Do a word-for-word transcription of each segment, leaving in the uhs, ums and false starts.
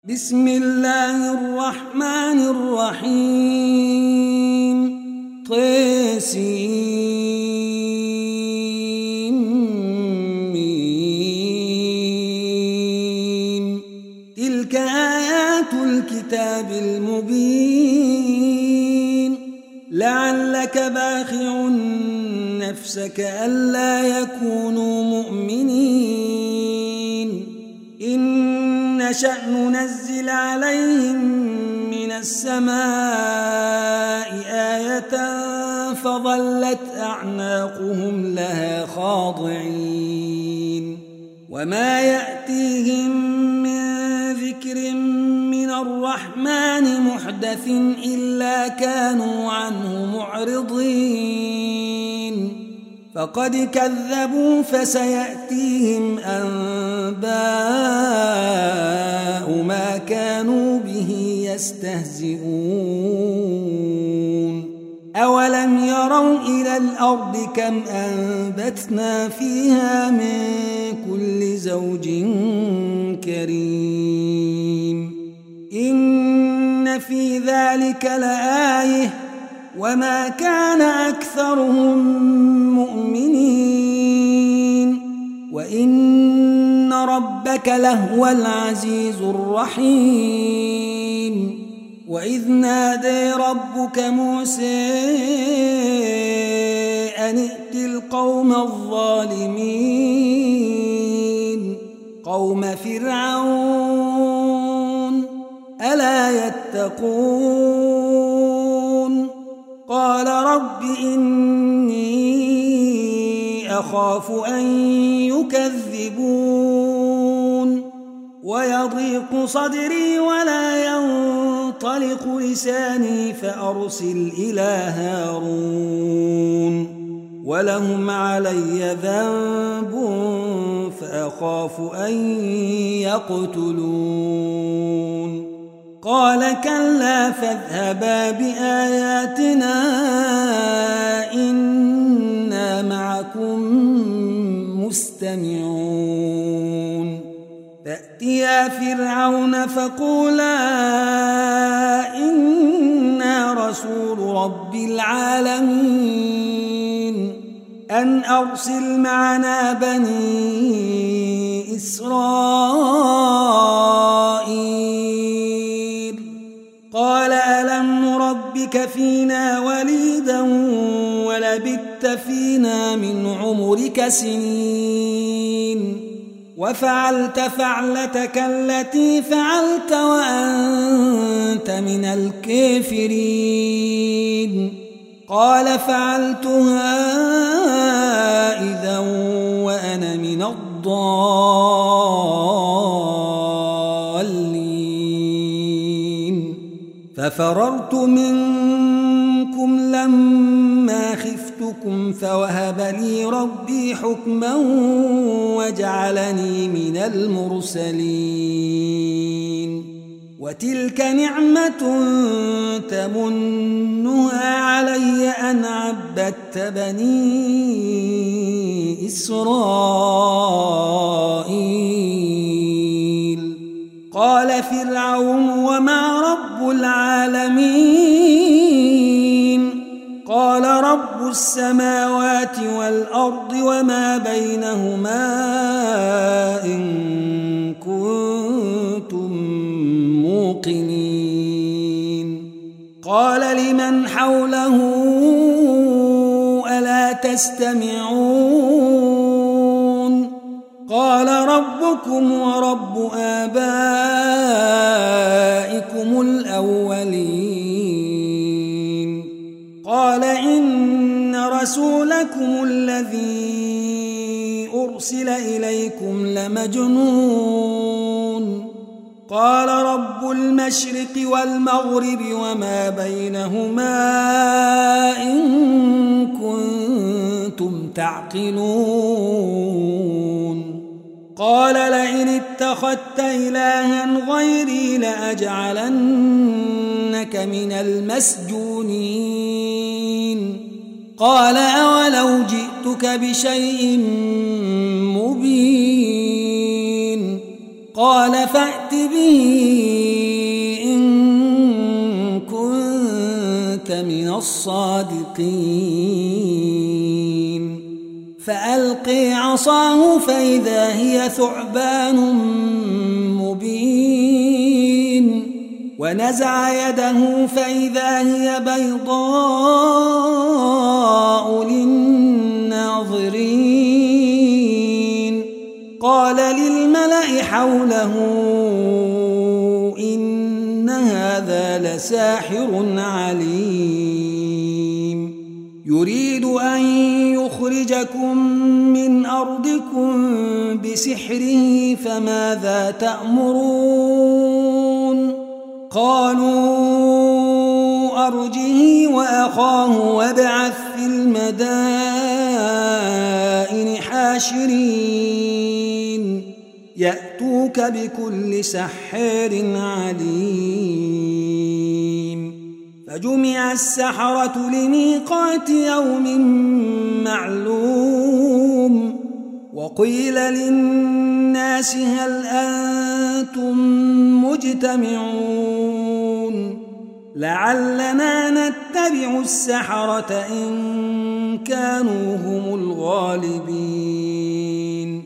بسم الله الرحمن الرحيم طسيم تلك آيات الكتاب المبين لعلك باخع نفسك ألا يكونوا مؤمنين إن نشأ ننزل عليهم من السماء آية فظلت أعناقهم لها خاضعين وما يأتيهم من ذكر من الرحمن محدث إلا كانوا عنه معرضين فقد كذبوا فسيأتيهم أنباء ما كانوا به يستهزئون أولم يروا إلى الأرض كم أنبتنا فيها من كل زوج كريم إن في ذلك لآية وما كان أكثرهم مؤمنين وإن ربك لهو العزيز الرحيم وإذ نادى ربك موسى أن ائت القوم الظالمين قوم فرعون ألا يتقون قال رب إني أخاف أن يكذبون ويضيق صدري ولا ينطلق لساني فأرسل إلى هارون ولهم علي ذنب فأخاف أن يقتلون قال كلا فاذهبا بآياتنا إنا معكم مستمعون فأتيا فرعون فقولا إنا رسول رب العالمين أن أرسل معنا بني إسرائيل قال ألم نربك فينا وليدا ولبثت فينا من عمرك سنين وفعلت فعلتك التي فعلت وأنت من الكافرين قال فعلتها إذا وأنا من الضالين ففررت منكم لما خفتكم فوهب لي ربي حكما وجعلني من المرسلين وتلك نعمة تمنها علي أن عبدت بني إسرائيل قال فرعون وما رب العالمين قال رب السماوات والأرض وما بينهما إن كنتم موقنين قال لمن حوله ألا تستمعون قال ربكم ورب آبائكم الأولين قال إن رسولكم الذي أرسل إليكم لمجنون قال رب المشرق والمغرب وما بينهما إن كنتم تعقلون قال لئن اتخذت إلها غيري لأجعلنك من المسجونين قال أولو جئتك بشيء مبين قال فأت به به إن كنت من الصادقين فألقي عصاه فإذا هي ثعبان مبين ونزع يده فإذا هي بيضاء للناظرين قال للملأ حوله إن هذا لساحر عليم يريد أن يخرجكم من أرضكم بسحره فماذا تأمرون قالوا أرجه وأخاه وابعث في المدائن حاشرين يأتوك بكل سحار عليم فجمع السحرة لميقات يوم معلوم وقيل للناس هل أنتم مجتمعون لعلنا نتبع السحرة إن كانوا هم الغالبين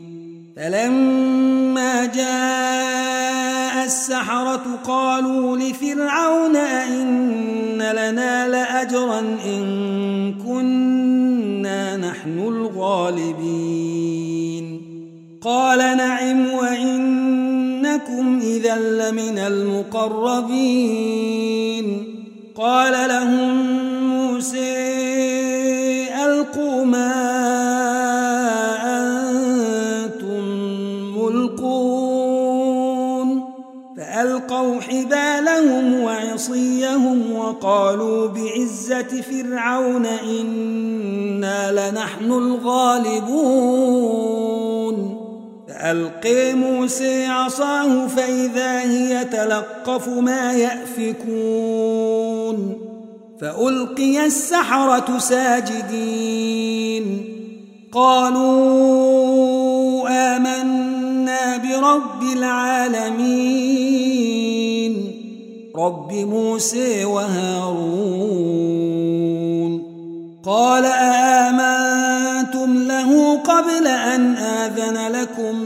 فلما جاء السحرة قالوا لفرعون أئن لنا لأجرا إن كنا نحن الغالبين قال نعم وإنكم إذا لمن المقربين قال لهم موسى ألقوا ما أنتم ملقون فألقوا حبالهم وعصيهم وقالوا بعزة فرعون إنا لنحن الغالبون فألقي موسى عصاه فإذا هي تلقف ما يأفكون فألقي السحرة ساجدين قالوا آمنا برب العالمين رب موسى وهارون قال آمنتم له قبل أن آذن لكم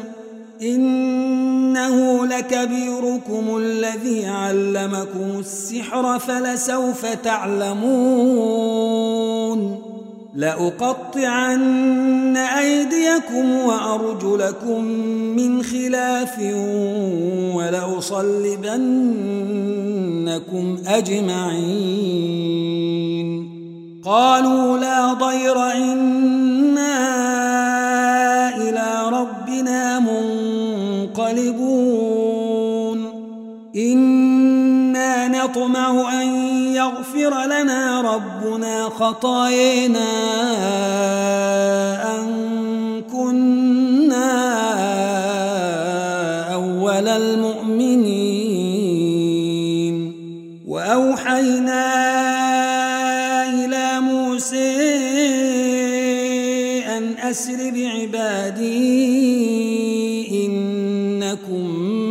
إنه لكبيركم الذي علمكم السحر فلسوف تعلمون لأقطعن أيديكم وأرجلكم من خلاف ولأصلبنكم أجمعين قالوا لا ضير إنا إلى ربنا منقلبون إنا نطمع أن يغفر لنا ربنا خطايانا أن كنا أول المؤمنين وأوحينا إلى موسى أن أسر بعبادي إنكم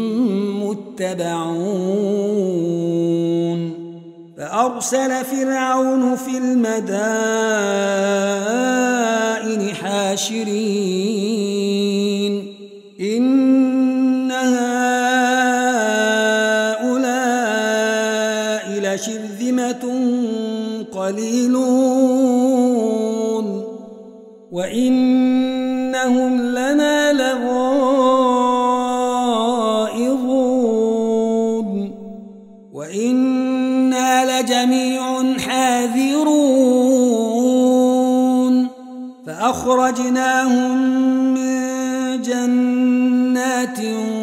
متبعون فأرسل فرعون في المدائن حاشرين إن هؤلاء لشرذمة قليلون وإنهم لنا لغائظون وإنا لجميع حاذرون فأخرجناهم من جنات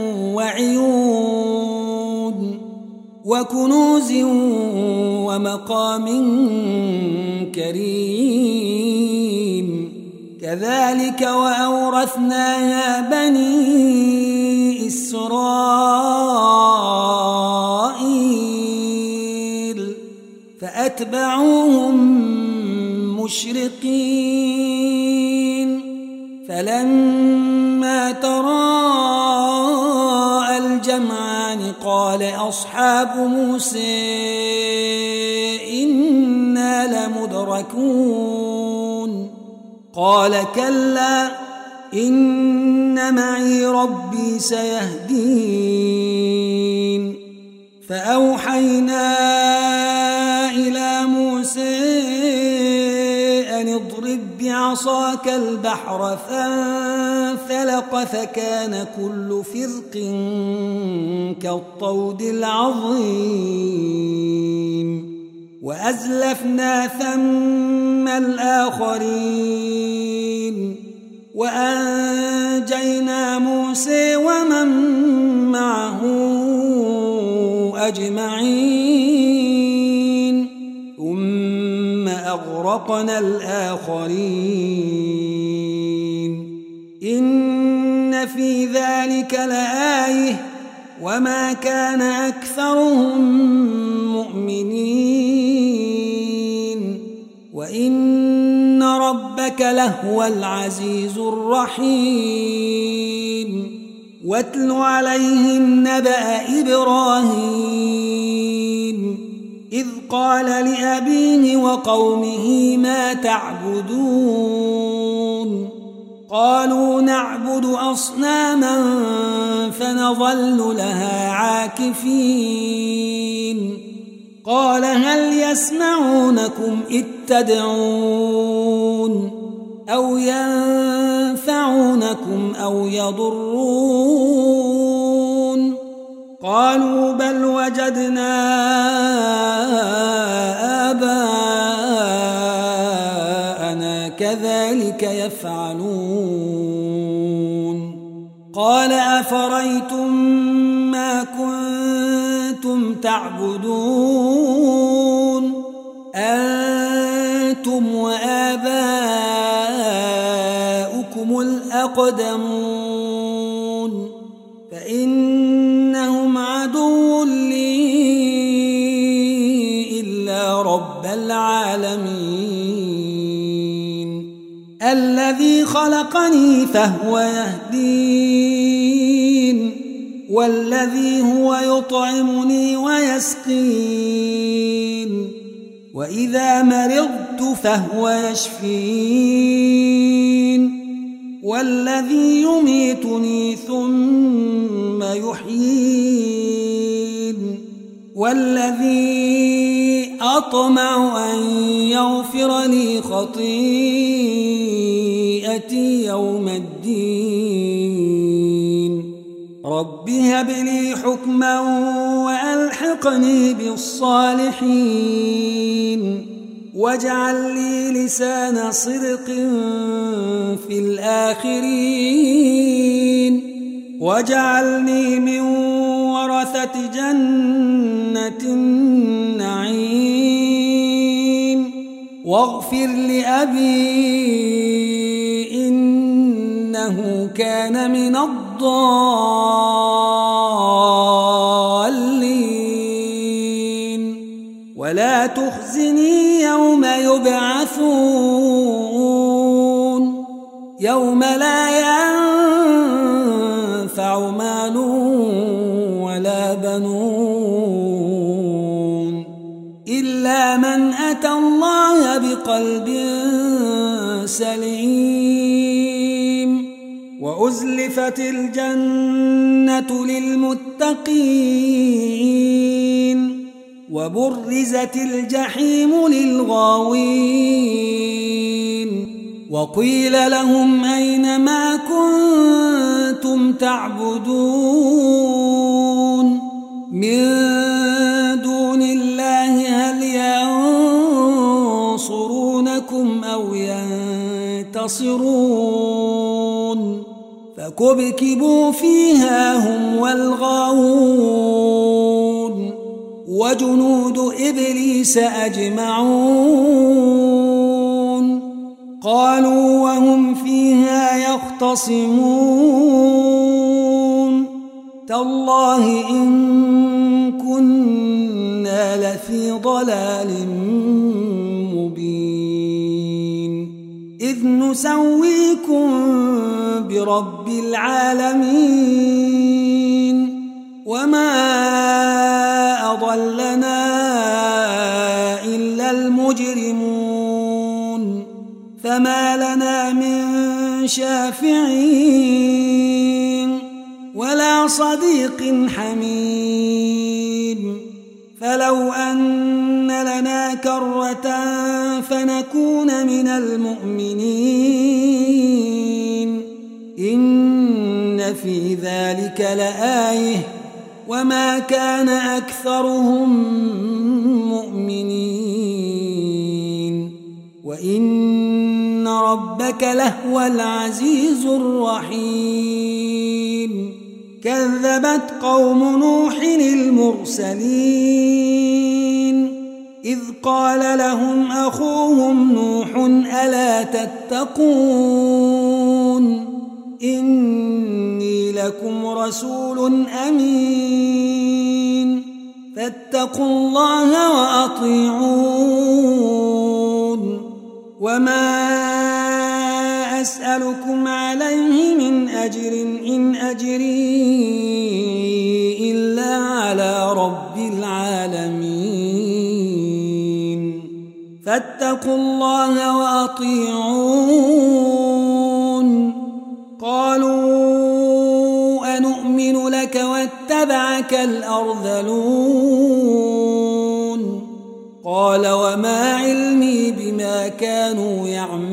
وعيون وكنوز ومقام كريم كذلك وأورثناها بني إسرائيل فأتبعوهم مشرقين فلما تراءى الجمعان قال قال أصحاب موسى إنا لمدركون قال كلا إن معي ربي سيهدين فأوحينا إلى موسى أن اضرب بعصاك البحر فانفلق فكان كل فرق كالطود العظيم وأزلفنا ثم الآخرين وأنجينا موسى ومن معه أجمعين ثم أغرقنا الآخرين إن في ذلك لآية وما كان أكثرهم مؤمنين وإن ربك لهو العزيز الرحيم واتل عليهم نبأ إبراهيم إذ قال لأبيه وقومه ما تعبدون قالوا نعبد أصناما فنظل لها عاكفين قال هل يسمعونكم إذ تدعون أو ينفعونكم أو يضرون قالوا بل وجدنا آباءنا كذلك يفعلون قال أفرأيتم ما كنتم تعبدون أنتم وآباؤكم الأقدمون فإنهم عدو لي إلا رب العالمين الذي خلقني فهو يهدين والذي هو يطعمني ويسقين وإذا مرضت فهو يشفين والذي يميتني ثم يحيين والذي أطمع أن يغفر لي خطيئتي يوم الدين رب هب لي حكما وألحقني بالصالحين واجعل لي لسان صدق في الآخرين واجعلني من ورثة جنة النعيم واغفر لأبي إنه كان من الضالين ولا تخزني يوم يبعثون يوم لا ينفع مال ولا بنون إلا من أتى الله بقلب سليم وأزلفت الجنة للمتقين وبرزت الجحيم للغاوين وقيل لهم أين ما كنتم تعبدون من دون الله هل ينصرونكم أو ينتصرون فكبكبوا فيها هم والغاوون وجنود إبليس أجمعون قالوا وهم فيها يختصمون تالله إن كنا لفي ضلال مبين إذ نسويكم برب العالمين وما أضلنا إلا المجرمون فما لنا من شافعين ولا صديق حميم فلو أن لنا كرة فنكون من المؤمنين إن في ذلك لآية وما كان أكثرهم مؤمنين وإن ربك لهو العزيز الرحيم كذبت قوم نوح المرسلين إذ قال لهم أخوهم نوح ألا تتقون إني لكم رسول أمين فاتقوا الله وأطيعون وما أسألكم عليه من أجر إن أجري إلا على رب العالمين فاتقوا الله وأطيعون قالوا أنؤمن لك واتبعك الأرذلون قال وما علمي بما كانوا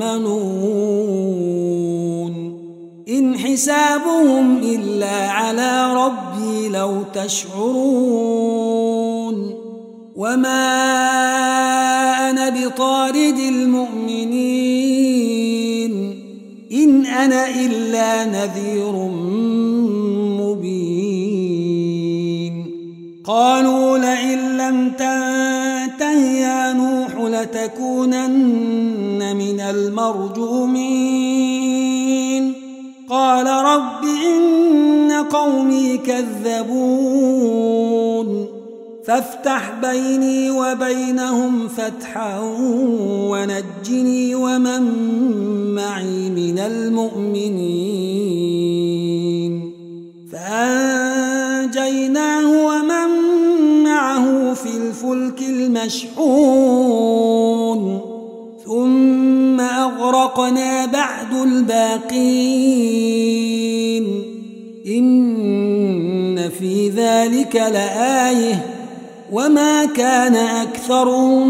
يعملون إن حسابهم إلا على ربي لو تشعرون وما أنا بطارد المؤمنين إن أنا إلا نذير مبين قالوا لئن لم تنته يا نوح لتكونن من المرجومين قال رب إن قومي كذبون فافتح بيني وبينهم فتحا ونجني ومن معي من المؤمنين فأنجيناه ومن معه في الفلك المشحون ثم أغرقنا بعد الباقين إن في ذلك لآية وما كان أكثرهم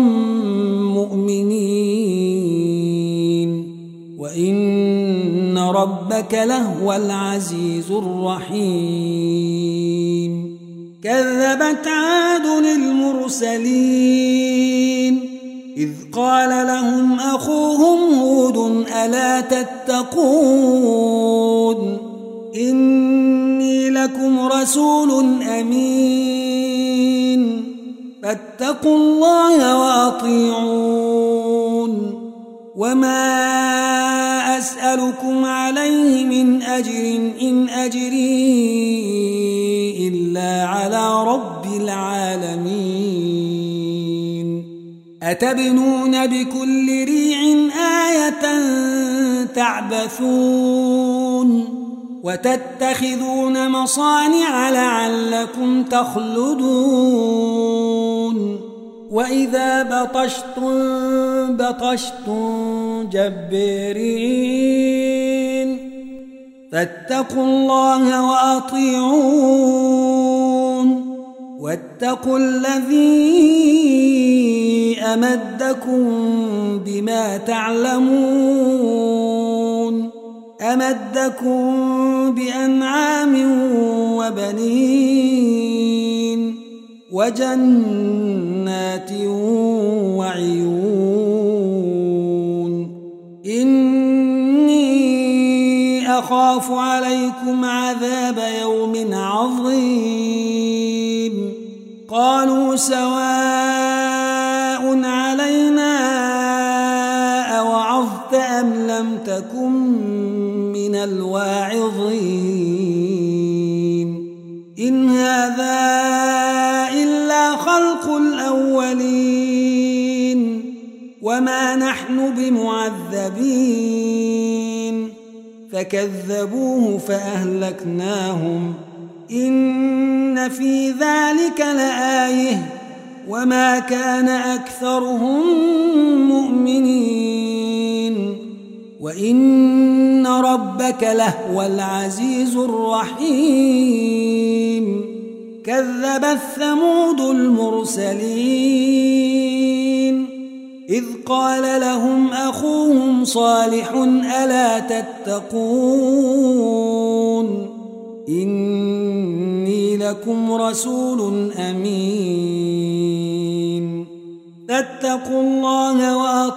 مؤمنين وإن ربك لهو العزيز الرحيم كذبت عاد المرسلين إذ قال لهم أخوهم هود ألا تتقون إني لكم رسول أمين فاتقوا الله وأطيعون وما أسألكم عليه من أجر إن أجري إلا على رب العالمين أتبنون بكل ريع آية تعبثون وتتخذون مصانع لعلكم تخلدون وإذا بطشتم بطشتم جبارين فاتقوا الله وأطيعون واتقوا الذي أمدكم بما تعلمون أمدكم بأنعام وبنين وجنات وعيون إني أخاف عليكم عذاب يوم عظيم قالوا سواء علينا أوعظت أم لم تكن من الواعظين إن هذا إلا خلق الأولين وما نحن بمعذبين فكذبوه فأهلكناهم إن في ذلك لآية وما كان أكثرهم مؤمنين وإن ربك لهو العزيز الرحيم كذبت ثمود المرسلين إذ قال لهم أخوهم صالح ألا تتقون إني لكم رسول أمين فاتقوا الله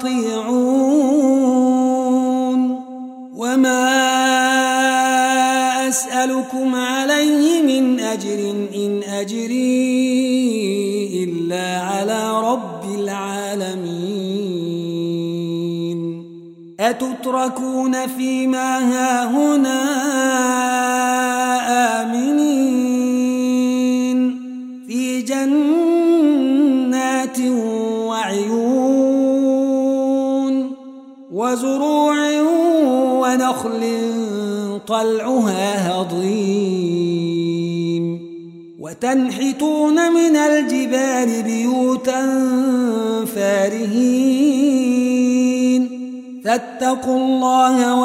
وأطيعون وما أسألكم عليه من أجر إن أجري إلا على رب العالمين أتتركون فيما هاهنا آمنين في جنات وعيون وزروع ونخل طلعها هضيم وتنحتون من الجبال بيوتا فارهين فاتقوا الله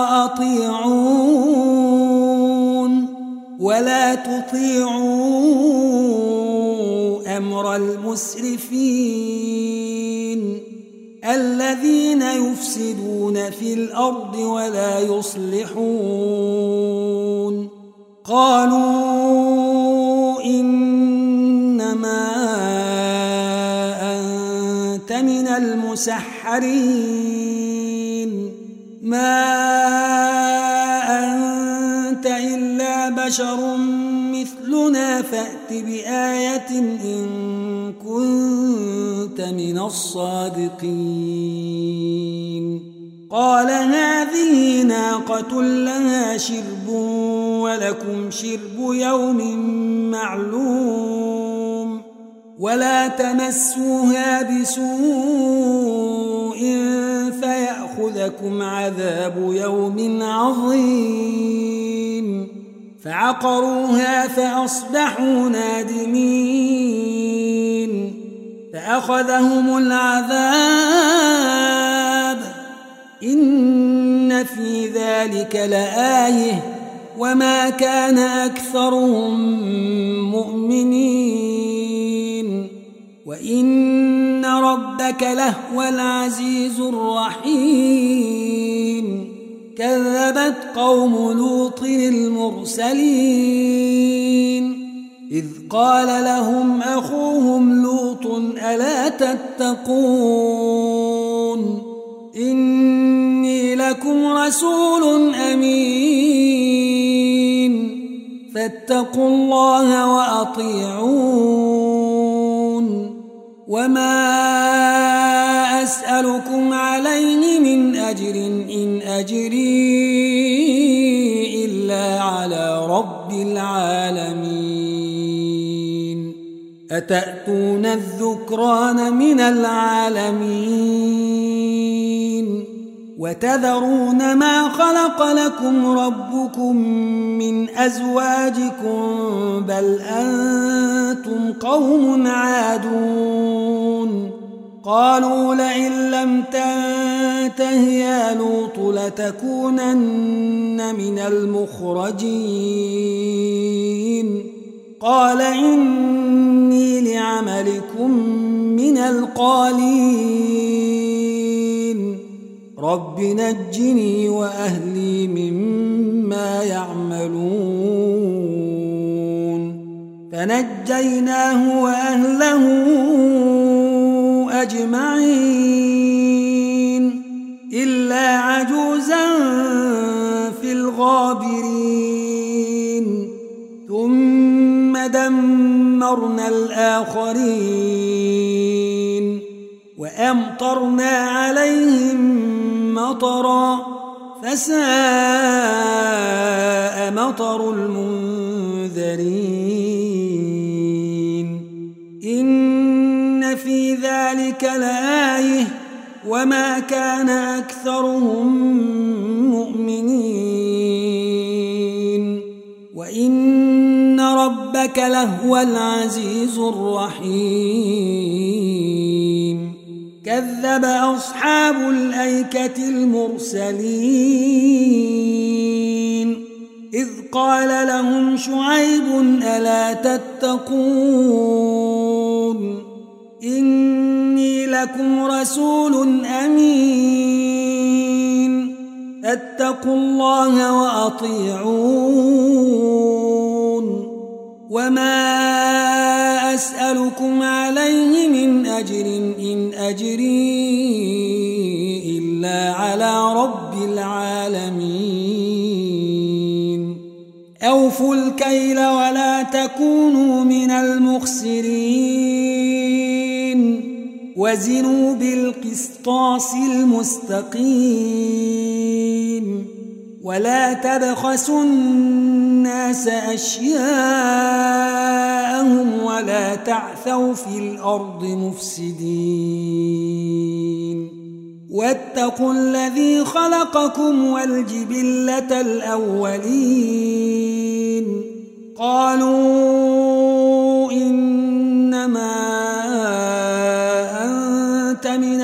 وأطيعون ولا تطيعوا أمر المسرفين الذين يفسدون في الأرض ولا يصلحون قالوا إنما أنت من المسحرين ما أنت إلا بشر مثلنا فأت بآية إن كنت من الصادقين قال هذه ناقة لها شرب ولكم شرب يوم معلوم ولا تمسوها بسوء فيأخذكم عذاب يوم عظيم فعقروها فأصبحوا نادمين فأخذهم العذاب إن في ذلك لآية وما كان أكثرهم مؤمنين وإن ربك لهو العزيز الرحيم كذبت قوم لوط المرسلين إذ قال لهم أخوهم لوط ألا تتقون إني لكم رسول أمين فاتقوا الله وأطيعون وما أسألكم عليه من أجر إن أجري إلا على رب العالمين أتأتون الذكران من العالمين وتذرون ما خلق لكم ربكم من أزواجكم بل أنتم قوم عادون قالوا لئن لم تنته يا لوط لتكونن من المخرجين قال إني لعملكم من القالين رب نجني وأهلي مما يعملون فنجيناه وأهله أجمعين إلا عجوزا في الغابرين ثم دمرنا الآخرين وأمطرنا عليهم مطرا فساء مطر المنذرين إن في ذلك لآية وما كان أكثرهم مؤمنين وإن ربك لهو العزيز الرحيم كذب أصحاب الأيكة المرسلين إذ قال لهم شعيب ألا تتقون إني لكم رسول أمين فاتقوا الله وأطيعون وما أسألكم عليه من أجر إن أجري إلا على رب العالمين أوفوا الكيل ولا تكونوا من المخسرين وزنوا بالقسطاس المستقيم ولا تبخسوا الناس أشياءهم ولا تعثوا في الأرض مفسدين واتقوا الذي خلقكم والجبلة الأولين قالوا إنما أنت من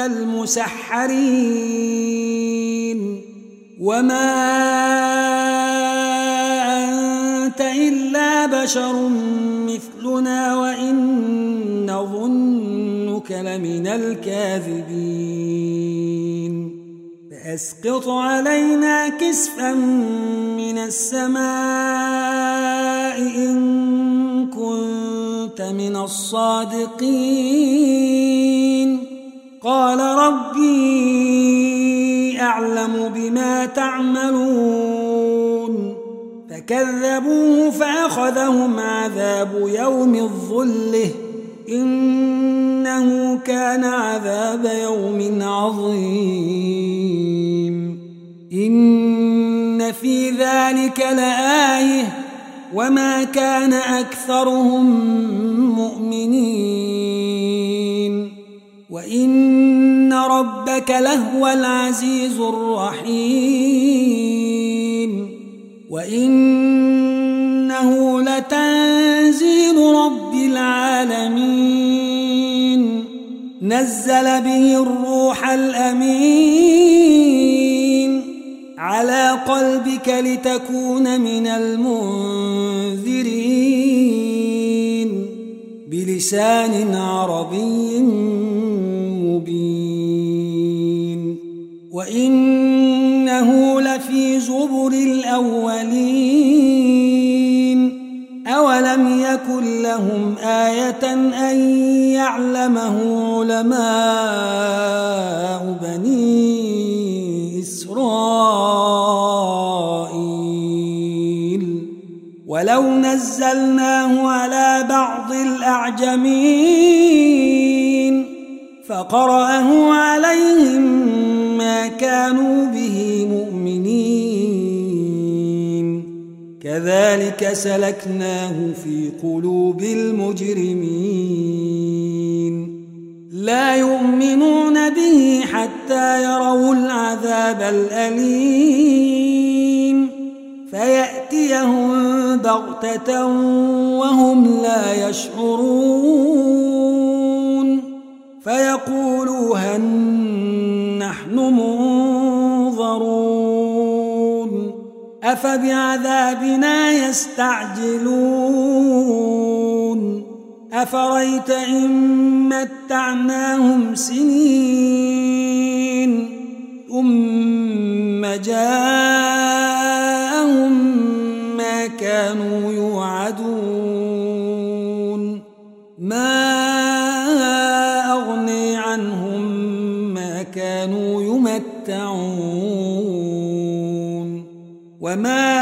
المسحرين وما أنت إلا بشر مثلنا وإن نظنك لمن الكاذبين فأسقط علينا كسفا من السماء إن كنت من الصادقين قال ربي أعلم بما تعملون فكذبوه فأخذهم عذاب يوم الظلة إنه كان عذاب يوم عظيم إن في ذلك لآية وما كان أكثرهم مؤمنين وإن ربك لهو العزيز الرحيم وإنه لتنزيل رب العالمين نزل به الروح الأمين على قلبك لتكون من المنذرين بلسان عربي مبين وإنه لفي زبر الأولين أولم يكن لهم آية أن يعلمه علماء بني إسرائيل ولو نزلناه على بعض الأعجمين فقرأه عليهم ما كانوا به مؤمنين كذلك سلكناه في قلوب المجرمين لا يؤمنون به حتى يروا العذاب الأليم فيأتيهم بغتة وهم لا يشعرون فيقولوا هل نحن منظرون أفبعذابنا يستعجلون أفريت إن متعناهم سنين ثم جاءهم ما كانوا يوعدون ما أغني عنهم ما كانوا يمتعون وما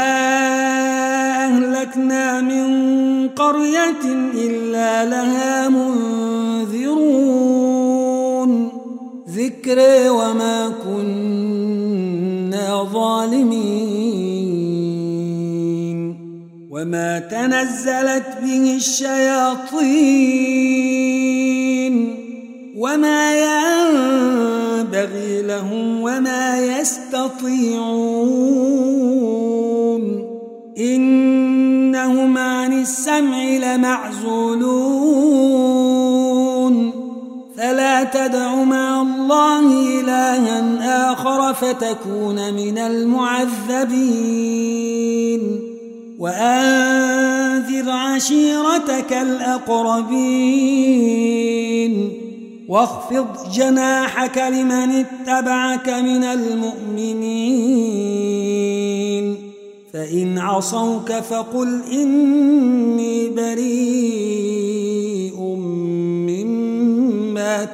أهلكنا من قرية إلا لها منذرون ذكر وما كنا ظالمين وما تنزلت به الشياطين وما ينبغي لهم وما يستطيعون إنهم عن السمع لمعزولون فلا تدع مع الله الله إلها آخر فتكون من المعذبين وأنذر عشيرتك الأقربين واخفض جناحك لمن اتبعك من المؤمنين فإن عصوك فقل إني بريء مما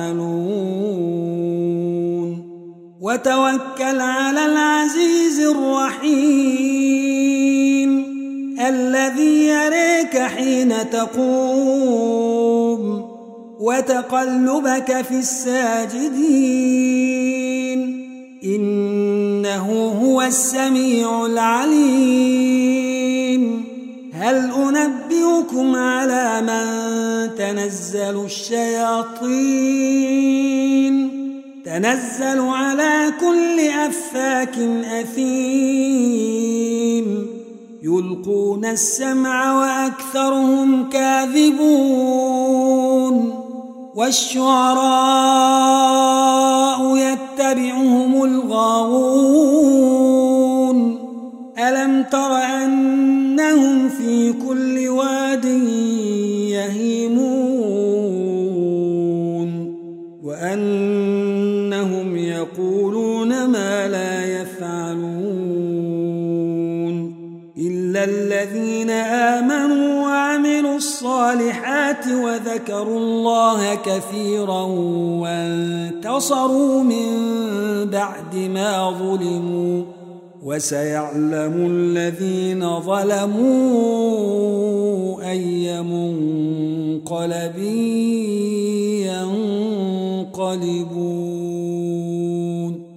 تعملون وتوكل على العزيز الرحيم الذي يريك حين تقوم وتقلبك في الساجدين إنه هو السميع العليم هل أنبئكم على من تنزل الشياطين تنزل على كل أفاك أثيم يلقون السمع وأكثرهم كاذبون والشعراء يتبعهم الغاوون ألم تر أنهم في كل واد يهيمون وأنهم يقولون ما لا يفعلون إلا الذين آمنوا وعملوا الصالحات وذكروا الله كثيرا وانتصروا من بعد ما ظلموا وسيعلم الذين ظلموا أي منقلب ينقلبون.